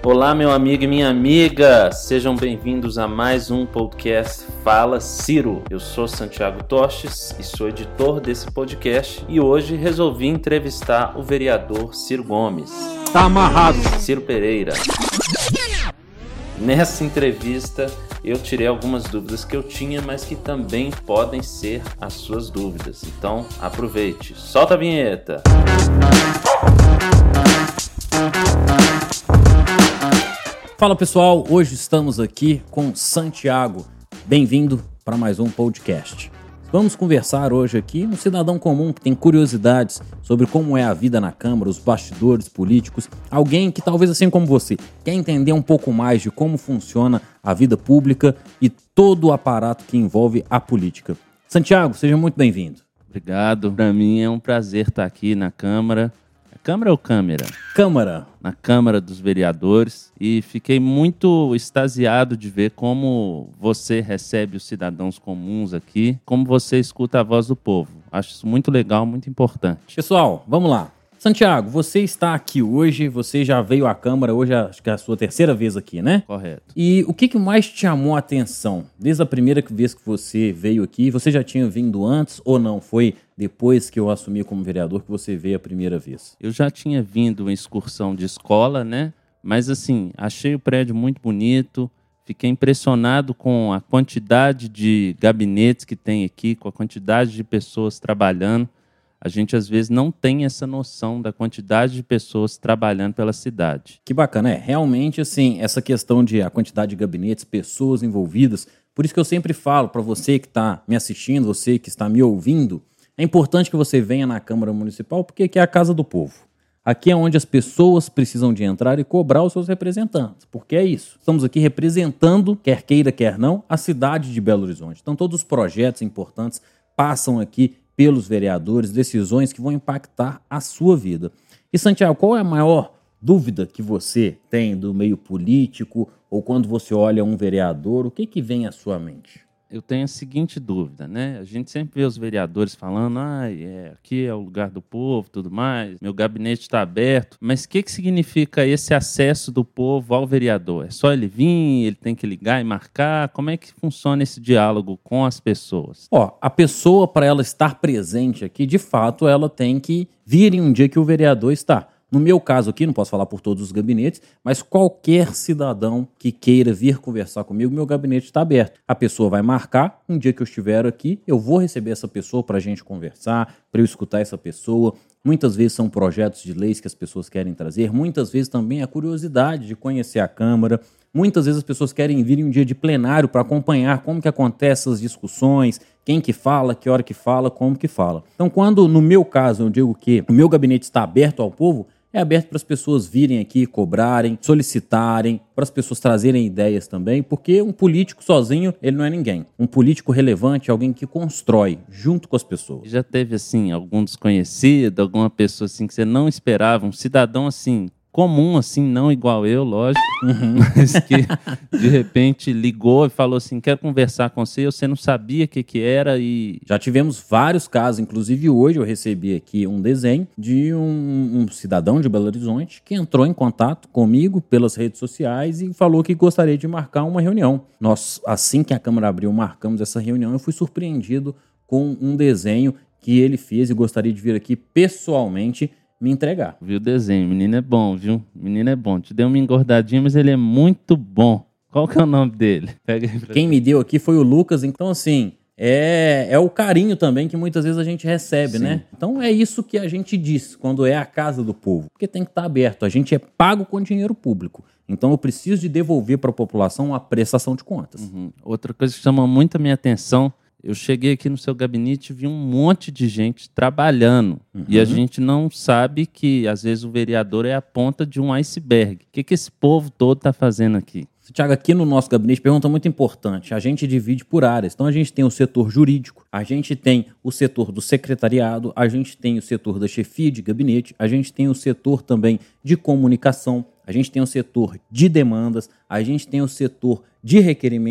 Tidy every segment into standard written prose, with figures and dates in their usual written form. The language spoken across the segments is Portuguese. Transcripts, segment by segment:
Olá, meu amigo e minha amiga, sejam bem-vindos a mais um podcast Fala Ciro. Eu sou Santiago Tostes e sou editor desse podcast e hoje resolvi entrevistar o vereador Ciro Gomes. Tá amarrado. Ciro Pereira. Nessa entrevista eu tirei algumas dúvidas que eu tinha, mas que também podem ser as suas dúvidas. Então aproveite, solta a vinheta. Fala pessoal, hoje estamos aqui com Santiago. Bem-vindo para mais um podcast. Vamos conversar hoje aqui um cidadão comum que tem curiosidades sobre como é a vida na Câmara, os bastidores políticos, alguém que talvez assim como você quer entender um pouco mais de como funciona a vida pública e todo o aparato que envolve a política. Santiago, seja muito bem-vindo. Obrigado, para mim é um prazer estar aqui na Câmara. Câmara ou Câmara? Câmara. Na Câmara dos Vereadores, e fiquei muito extasiado de ver como você recebe os cidadãos comuns aqui, como você escuta a voz do povo. Acho isso muito legal, muito importante. Pessoal, vamos lá. Santiago, você está aqui hoje, você já veio à Câmara, hoje acho que é a sua terceira vez aqui, né? Correto. E o que mais te chamou a atenção? Desde a primeira vez que você veio aqui, você já tinha vindo antes ou não? Foi depois que eu assumi como vereador que você veio a primeira vez? Eu já tinha vindo em excursão de escola, né? Mas assim, achei o prédio muito bonito, fiquei impressionado com a quantidade de gabinetes que tem aqui, com a quantidade de pessoas trabalhando. A gente, às vezes, não tem essa noção da quantidade de pessoas trabalhando pela cidade. Que bacana, realmente, assim, essa questão de a quantidade de gabinetes, pessoas envolvidas, por isso que eu sempre falo para você que está me assistindo, você que está me ouvindo, é importante que você venha na Câmara Municipal, porque aqui é a casa do povo. Aqui é onde as pessoas precisam de entrar e cobrar os seus representantes, porque é isso. Estamos aqui representando, quer queira, quer não, a cidade de Belo Horizonte. Então, todos os projetos importantes passam aqui pelos vereadores, decisões que vão impactar a sua vida. E, Santiago, qual é a maior dúvida que você tem do meio político ou quando você olha um vereador, o que vem à sua mente? Eu tenho a seguinte dúvida, né? A gente sempre vê os vereadores falando, aqui é o lugar do povo, tudo mais, meu gabinete está aberto, mas o que significa esse acesso do povo ao vereador? É só ele vir, ele tem que ligar e marcar? Como é que funciona esse diálogo com as pessoas? A pessoa, para ela estar presente aqui, de fato, ela tem que vir em um dia que o vereador está. No meu caso aqui, não posso falar por todos os gabinetes, mas qualquer cidadão que queira vir conversar comigo, meu gabinete está aberto. A pessoa vai marcar, um dia que eu estiver aqui, eu vou receber essa pessoa para a gente conversar, para eu escutar essa pessoa. Muitas vezes são projetos de leis que as pessoas querem trazer, muitas vezes também a curiosidade de conhecer a Câmara, muitas vezes as pessoas querem vir em um dia de plenário para acompanhar como que acontecem essas discussões, quem que fala, que hora que fala, como que fala. Então, quando no meu caso eu digo que o meu gabinete está aberto ao povo, é aberto para as pessoas virem aqui, cobrarem, solicitarem, para as pessoas trazerem ideias também, porque um político sozinho, ele não é ninguém. Um político relevante é alguém que constrói junto com as pessoas. Já teve, assim, algum desconhecido, alguma pessoa assim que você não esperava, um cidadão, assim, comum, assim, não igual eu, lógico, mas que de repente ligou e falou assim, quero conversar com você não sabia o que era e... Já tivemos vários casos, inclusive hoje eu recebi aqui um desenho de um cidadão de Belo Horizonte que entrou em contato comigo pelas redes sociais e falou que gostaria de marcar uma reunião. Nós, assim que a Câmara abriu, marcamos essa reunião. Eu fui surpreendido com um desenho que ele fez e gostaria de vir aqui pessoalmente me entregar. Viu o desenho, menino é bom, viu? Menino é bom. Te deu uma engordadinha, mas ele é muito bom. Qual que é o nome dele? Pega aí pra... Quem me deu aqui foi o Lucas, então assim, é o carinho também que muitas vezes a gente recebe, sim, né? Então é isso que a gente diz quando é a casa do povo, porque tem que estar aberto. A gente é pago com dinheiro público, então eu preciso de devolver para a população a prestação de contas. Outra coisa que chama muito a minha atenção, eu cheguei aqui no seu gabinete e vi um monte de gente trabalhando. E a gente não sabe que, às vezes, o vereador é a ponta de um iceberg. O que esse povo todo está fazendo aqui? Tiago, aqui no nosso gabinete, pergunta muito importante. A gente divide por áreas. Então, a gente tem o setor jurídico, a gente tem o setor do secretariado, a gente tem o setor da chefia de gabinete, a gente tem o setor também de comunicação, a gente tem o setor de demandas, a gente tem o setor de requerimentos,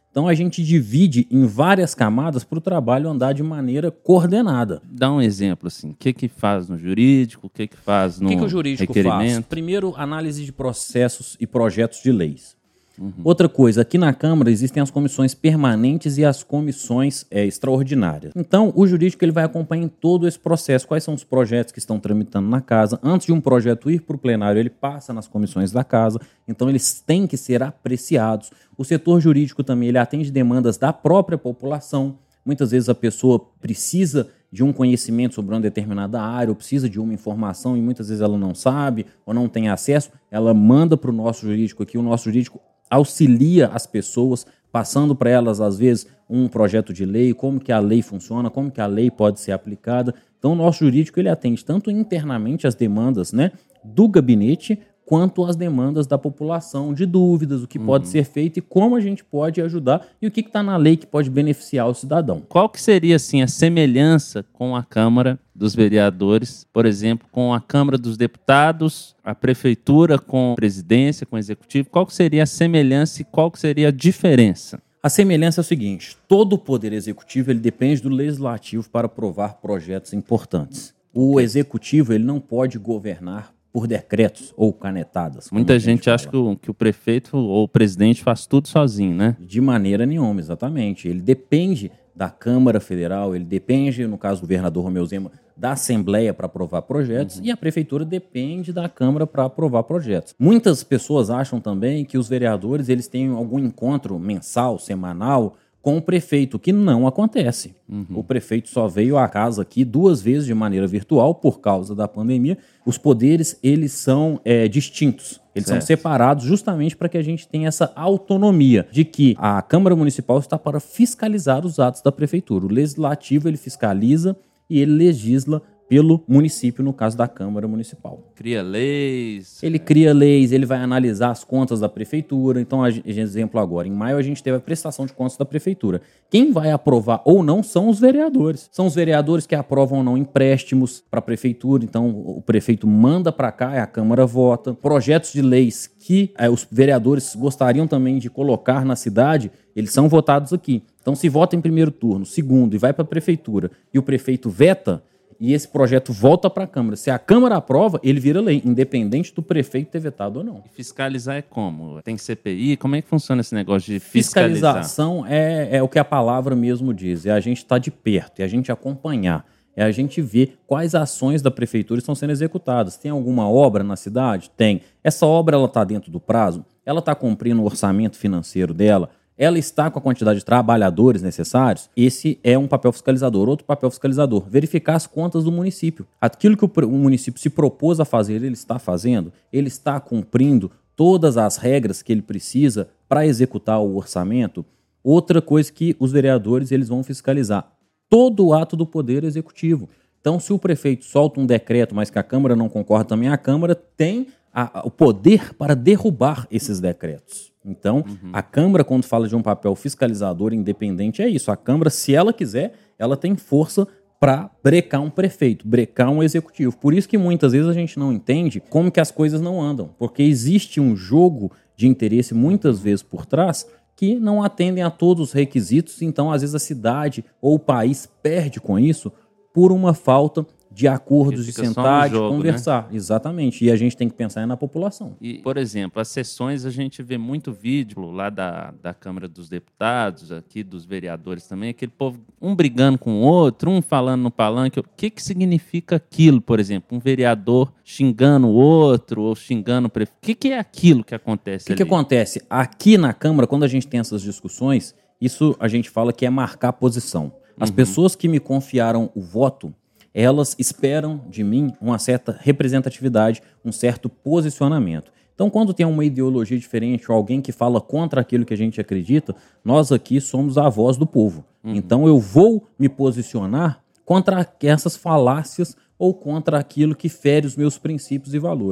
Então a gente divide em várias camadas para o trabalho andar de maneira coordenada. Dá um exemplo, assim, o que faz no jurídico, o que faz no O que o jurídico requerimento? faz? Primeiro, análise de processos e projetos de leis. Outra coisa, aqui na Câmara existem as comissões permanentes e as comissões extraordinárias. Então, o jurídico ele vai acompanhar em todo esse processo. Quais são os projetos que estão tramitando na casa? Antes de um projeto ir para o plenário, ele passa nas comissões da casa. Então, eles têm que ser apreciados. O setor jurídico também ele atende demandas da própria população. Muitas vezes a pessoa precisa de um conhecimento sobre uma determinada área ou precisa de uma informação e muitas vezes ela não sabe ou não tem acesso. Ela manda para o nosso jurídico aqui. O nosso jurídico auxilia as pessoas, passando para elas, às vezes, um projeto de lei, como que a lei funciona, como que a lei pode ser aplicada. Então, o nosso jurídico ele atende tanto internamente as demandas, né, do gabinete, quanto as demandas da população, de dúvidas, o que pode ser feito e como a gente pode ajudar e o que está na lei que pode beneficiar o cidadão. Qual que seria, assim, a semelhança com a Câmara dos Vereadores, por exemplo, com a Câmara dos Deputados, a Prefeitura com a Presidência, com o Executivo? Qual que seria a semelhança e qual que seria a diferença? A semelhança é o seguinte, todo o Poder Executivo ele depende do Legislativo para aprovar projetos importantes. O Executivo ele não pode governar por decretos ou canetadas. Muita gente acha que o prefeito ou o presidente faz tudo sozinho, né? De maneira nenhuma, exatamente. Ele depende da Câmara Federal, ele depende, no caso do governador Romeu Zema, da Assembleia para aprovar projetos e a Prefeitura depende da Câmara para aprovar projetos. Muitas pessoas acham também que os vereadores eles têm algum encontro mensal, semanal, com o prefeito, que não acontece. O prefeito só veio à casa aqui 2 vezes de maneira virtual por causa da pandemia. Os poderes, eles são distintos. Eles são separados justamente para que a gente tenha essa autonomia de que a Câmara Municipal está para fiscalizar os atos da Prefeitura. O Legislativo, ele fiscaliza e ele legisla pelo município, no caso da Câmara Municipal. Cria leis. Ele cria leis, ele vai analisar as contas da Prefeitura. Então, exemplo agora, em maio a gente teve a prestação de contas da Prefeitura. Quem vai aprovar ou não são os vereadores. São os vereadores que aprovam ou não empréstimos para a Prefeitura. Então, o prefeito manda para cá, a Câmara vota. Projetos de leis que os vereadores gostariam também de colocar na cidade, eles são votados aqui. Então, se vota em primeiro turno, segundo e vai para a Prefeitura e o prefeito veta, e esse projeto volta para a Câmara. Se a Câmara aprova, ele vira lei, independente do prefeito ter vetado ou não. E fiscalizar é como? Tem CPI? Como é que funciona esse negócio de fiscalizar? Fiscalização é o que a palavra mesmo diz. É a gente estar de perto, é a gente acompanhar. É a gente ver quais ações da Prefeitura estão sendo executadas. Tem alguma obra na cidade? Tem. Essa obra está dentro do prazo? Ela está cumprindo o orçamento financeiro dela? Ela está com a quantidade de trabalhadores necessários? Esse é um papel fiscalizador. Outro papel fiscalizador, verificar as contas do município. Aquilo que o município se propôs a fazer, ele está fazendo? Ele está cumprindo todas as regras que ele precisa para executar o orçamento? Outra coisa que os vereadores eles vão fiscalizar, todo o ato do Poder Executivo. Então, se o prefeito solta um decreto, mas que a Câmara não concorda também, a Câmara tem o poder para derrubar esses decretos. Então, a Câmara, quando fala de um papel fiscalizador independente, é isso. A Câmara, se ela quiser, ela tem força para brecar um prefeito, brecar um executivo. Por isso que muitas vezes a gente não entende como que as coisas não andam. Porque existe um jogo de interesse, muitas vezes por trás, que não atendem a todos os requisitos. Então, às vezes, a cidade ou o país perde com isso por uma falta de acordos, de sentar, de conversar. Né? Exatamente. E a gente tem que pensar na população. E, por exemplo, as sessões, a gente vê muito vídeo lá da Câmara dos Deputados, aqui dos vereadores também, aquele povo, um brigando com o outro, um falando no palanque. O que significa aquilo, por exemplo? Um vereador xingando o outro ou xingando o prefeito. O que é aquilo que acontece ali? O que acontece? Aqui na Câmara, quando a gente tem essas discussões, isso a gente fala que é marcar posição. As pessoas que me confiaram o voto, elas esperam de mim uma certa representatividade, um certo posicionamento. Então, quando tem uma ideologia diferente ou alguém que fala contra aquilo que a gente acredita, nós aqui somos a voz do povo. Então, eu vou me posicionar contra essas falácias ou contra aquilo que fere os meus princípios e valores.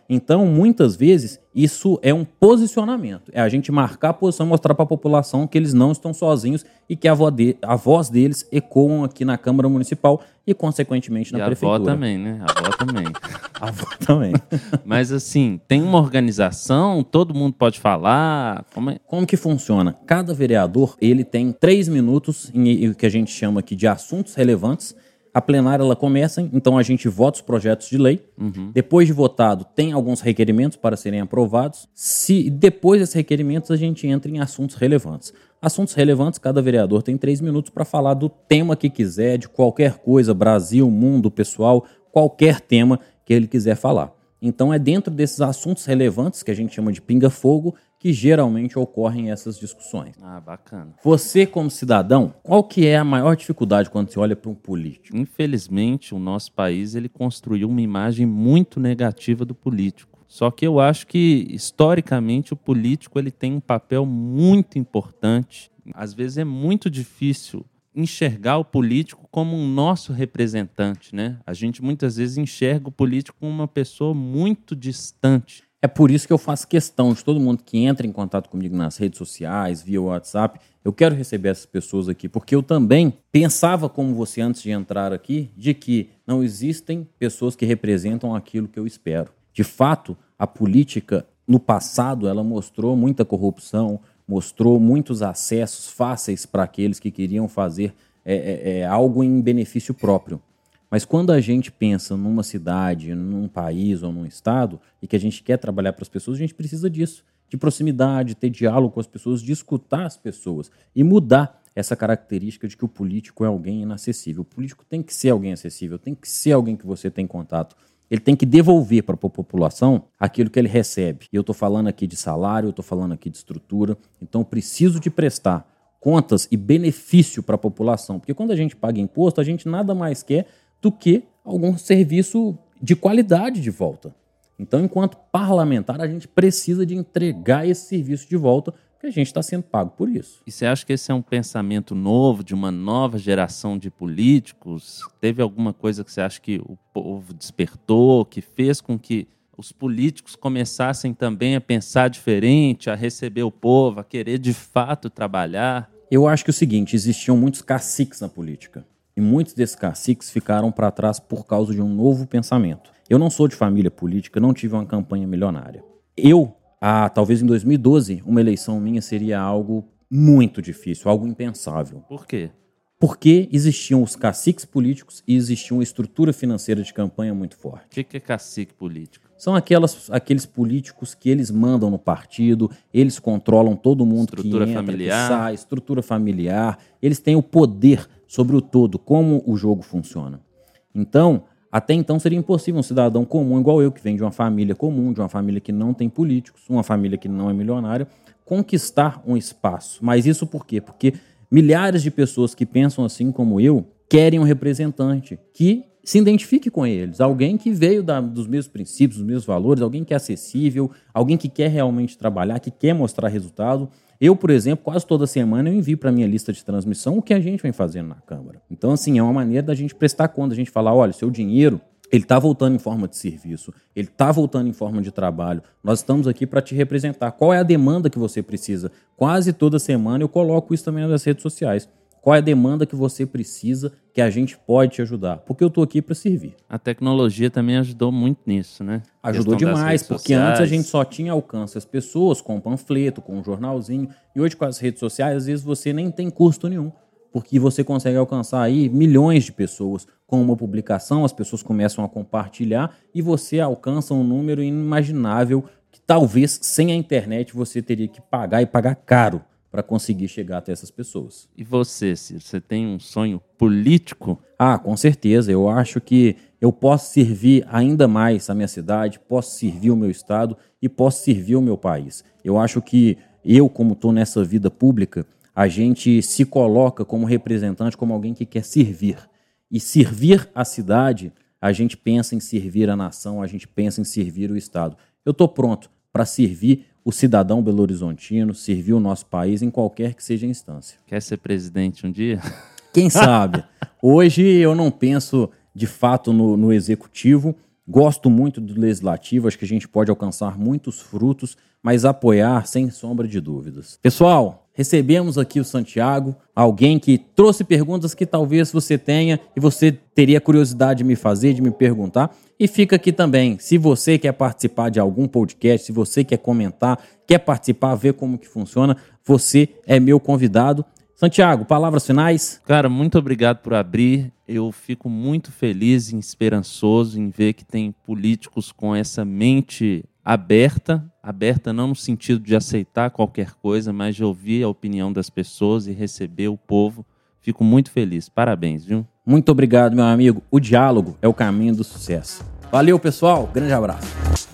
Então, muitas vezes, isso é um posicionamento. É a gente marcar a posição e mostrar para a população que eles não estão sozinhos e que a voz deles ecoam aqui na Câmara Municipal e, consequentemente, na Prefeitura. A avó também, né? A avó também. A avó também. Mas, assim, tem uma organização, todo mundo pode falar. Como que funciona? Cada vereador, ele tem 3 minutos em o que a gente chama aqui de assuntos relevantes. A plenária, ela começa, então a gente vota os projetos de lei. Depois de votado, tem alguns requerimentos para serem aprovados. Se depois desses requerimentos, a gente entra em assuntos relevantes. Assuntos relevantes, cada vereador tem 3 minutos para falar do tema que quiser, de qualquer coisa, Brasil, mundo, pessoal, qualquer tema que ele quiser falar. Então é dentro desses assuntos relevantes, que a gente chama de pinga-fogo, que geralmente ocorrem essas discussões. Ah, bacana. Você, como cidadão, qual que é a maior dificuldade quando você olha para um político? Infelizmente, o nosso país ele construiu uma imagem muito negativa do político. Só que eu acho que, historicamente, o político ele tem um papel muito importante. Às vezes é muito difícil enxergar o político como um nosso representante, né? A gente muitas vezes enxerga o político como uma pessoa muito distante. É por isso que eu faço questão de todo mundo que entra em contato comigo nas redes sociais, via WhatsApp, eu quero receber essas pessoas aqui, porque eu também pensava como você antes de entrar aqui, de que não existem pessoas que representam aquilo que eu espero. De fato, a política, no passado, ela mostrou muita corrupção, mostrou muitos acessos fáceis para aqueles que queriam fazer algo em benefício próprio. Mas quando a gente pensa numa cidade, num país ou num estado e que a gente quer trabalhar para as pessoas, a gente precisa disso, de proximidade, ter diálogo com as pessoas, de escutar as pessoas e mudar essa característica de que o político é alguém inacessível. O político tem que ser alguém acessível, tem que ser alguém que você tem contato. Ele tem que devolver para a população aquilo que ele recebe. E eu estou falando aqui de salário, eu estou falando aqui de estrutura, então eu preciso de prestar contas e benefício para a população. Porque quando a gente paga imposto, a gente nada mais quer do que algum serviço de qualidade de volta. Então, enquanto parlamentar, a gente precisa de entregar esse serviço de volta, porque a gente está sendo pago por isso. E você acha que esse é um pensamento novo, de uma nova geração de políticos? Teve alguma coisa que você acha que o povo despertou, que fez com que os políticos começassem também a pensar diferente, a receber o povo, a querer de fato trabalhar? Eu acho que é o seguinte, existiam muitos caciques na política. E muitos desses caciques ficaram para trás por causa de um novo pensamento. Eu não sou de família política, não tive uma campanha milionária. Talvez em 2012, uma eleição minha seria algo muito difícil, algo impensável. Por quê? Porque existiam os caciques políticos e existia uma estrutura financeira de campanha muito forte. O que é cacique político? São aqueles políticos que eles mandam no partido, eles controlam todo mundo estrutura que entra, familiar. que sai, estrutura familiar. Eles têm o poder sobre o todo, como o jogo funciona. Então, até então seria impossível um cidadão comum, igual eu, que vem de uma família comum, de uma família que não tem políticos, uma família que não é milionária, conquistar um espaço. Mas isso por quê? Porque milhares de pessoas que pensam assim como eu querem um representante que se identifique com eles, alguém que veio dos mesmos princípios, dos mesmos valores, alguém que é acessível, alguém que quer realmente trabalhar, que quer mostrar resultado. Eu, por exemplo, quase toda semana eu envio para a minha lista de transmissão o que a gente vem fazendo na Câmara. Então, assim, é uma maneira da gente prestar conta, a gente falar, olha, seu dinheiro, ele está voltando em forma de serviço, ele está voltando em forma de trabalho, nós estamos aqui para te representar. Qual é a demanda que você precisa? Quase toda semana eu coloco isso também nas redes sociais. Qual é a demanda que você precisa que a gente pode te ajudar? Porque eu estou aqui para servir. A tecnologia também ajudou muito nisso, né? Ajudou demais, porque antes a gente só tinha alcance às pessoas com um panfleto, com um jornalzinho. E hoje com as redes sociais, às vezes você nem tem custo nenhum. Porque você consegue alcançar aí milhões de pessoas com uma publicação, as pessoas começam a compartilhar e você alcança um número inimaginável que talvez sem a internet você teria que pagar e pagar caro para conseguir chegar até essas pessoas. E você, Ciro, você tem um sonho político? Ah, com certeza. Eu acho que eu posso servir ainda mais a minha cidade, posso servir o meu estado e posso servir o meu país. Eu acho que eu, como estou nessa vida pública, a gente se coloca como representante, como alguém que quer servir. E servir a cidade, a gente pensa em servir a nação, a gente pensa em servir o estado. Eu estou pronto para servir o cidadão belo-horizontino, servir o nosso país em qualquer que seja a instância. Quer ser presidente um dia? Quem sabe? Hoje eu não penso, de fato, no executivo, Gosto muito do Legislativo, acho que a gente pode alcançar muitos frutos, mas apoiar sem sombra de dúvidas. Pessoal, recebemos aqui o Santiago, alguém que trouxe perguntas que talvez você tenha e você teria curiosidade de me fazer, de me perguntar. E fica aqui também, se você quer participar de algum podcast, se você quer comentar, quer participar, ver como que funciona, você é meu convidado. Santiago, palavras finais? Cara, muito obrigado por abrir. Eu fico muito feliz e esperançoso em ver que tem políticos com essa mente aberta não no sentido de aceitar qualquer coisa, mas de ouvir a opinião das pessoas e receber o povo. Fico muito feliz. Parabéns, viu? Muito obrigado, meu amigo. O diálogo é o caminho do sucesso. Valeu, pessoal. Grande abraço.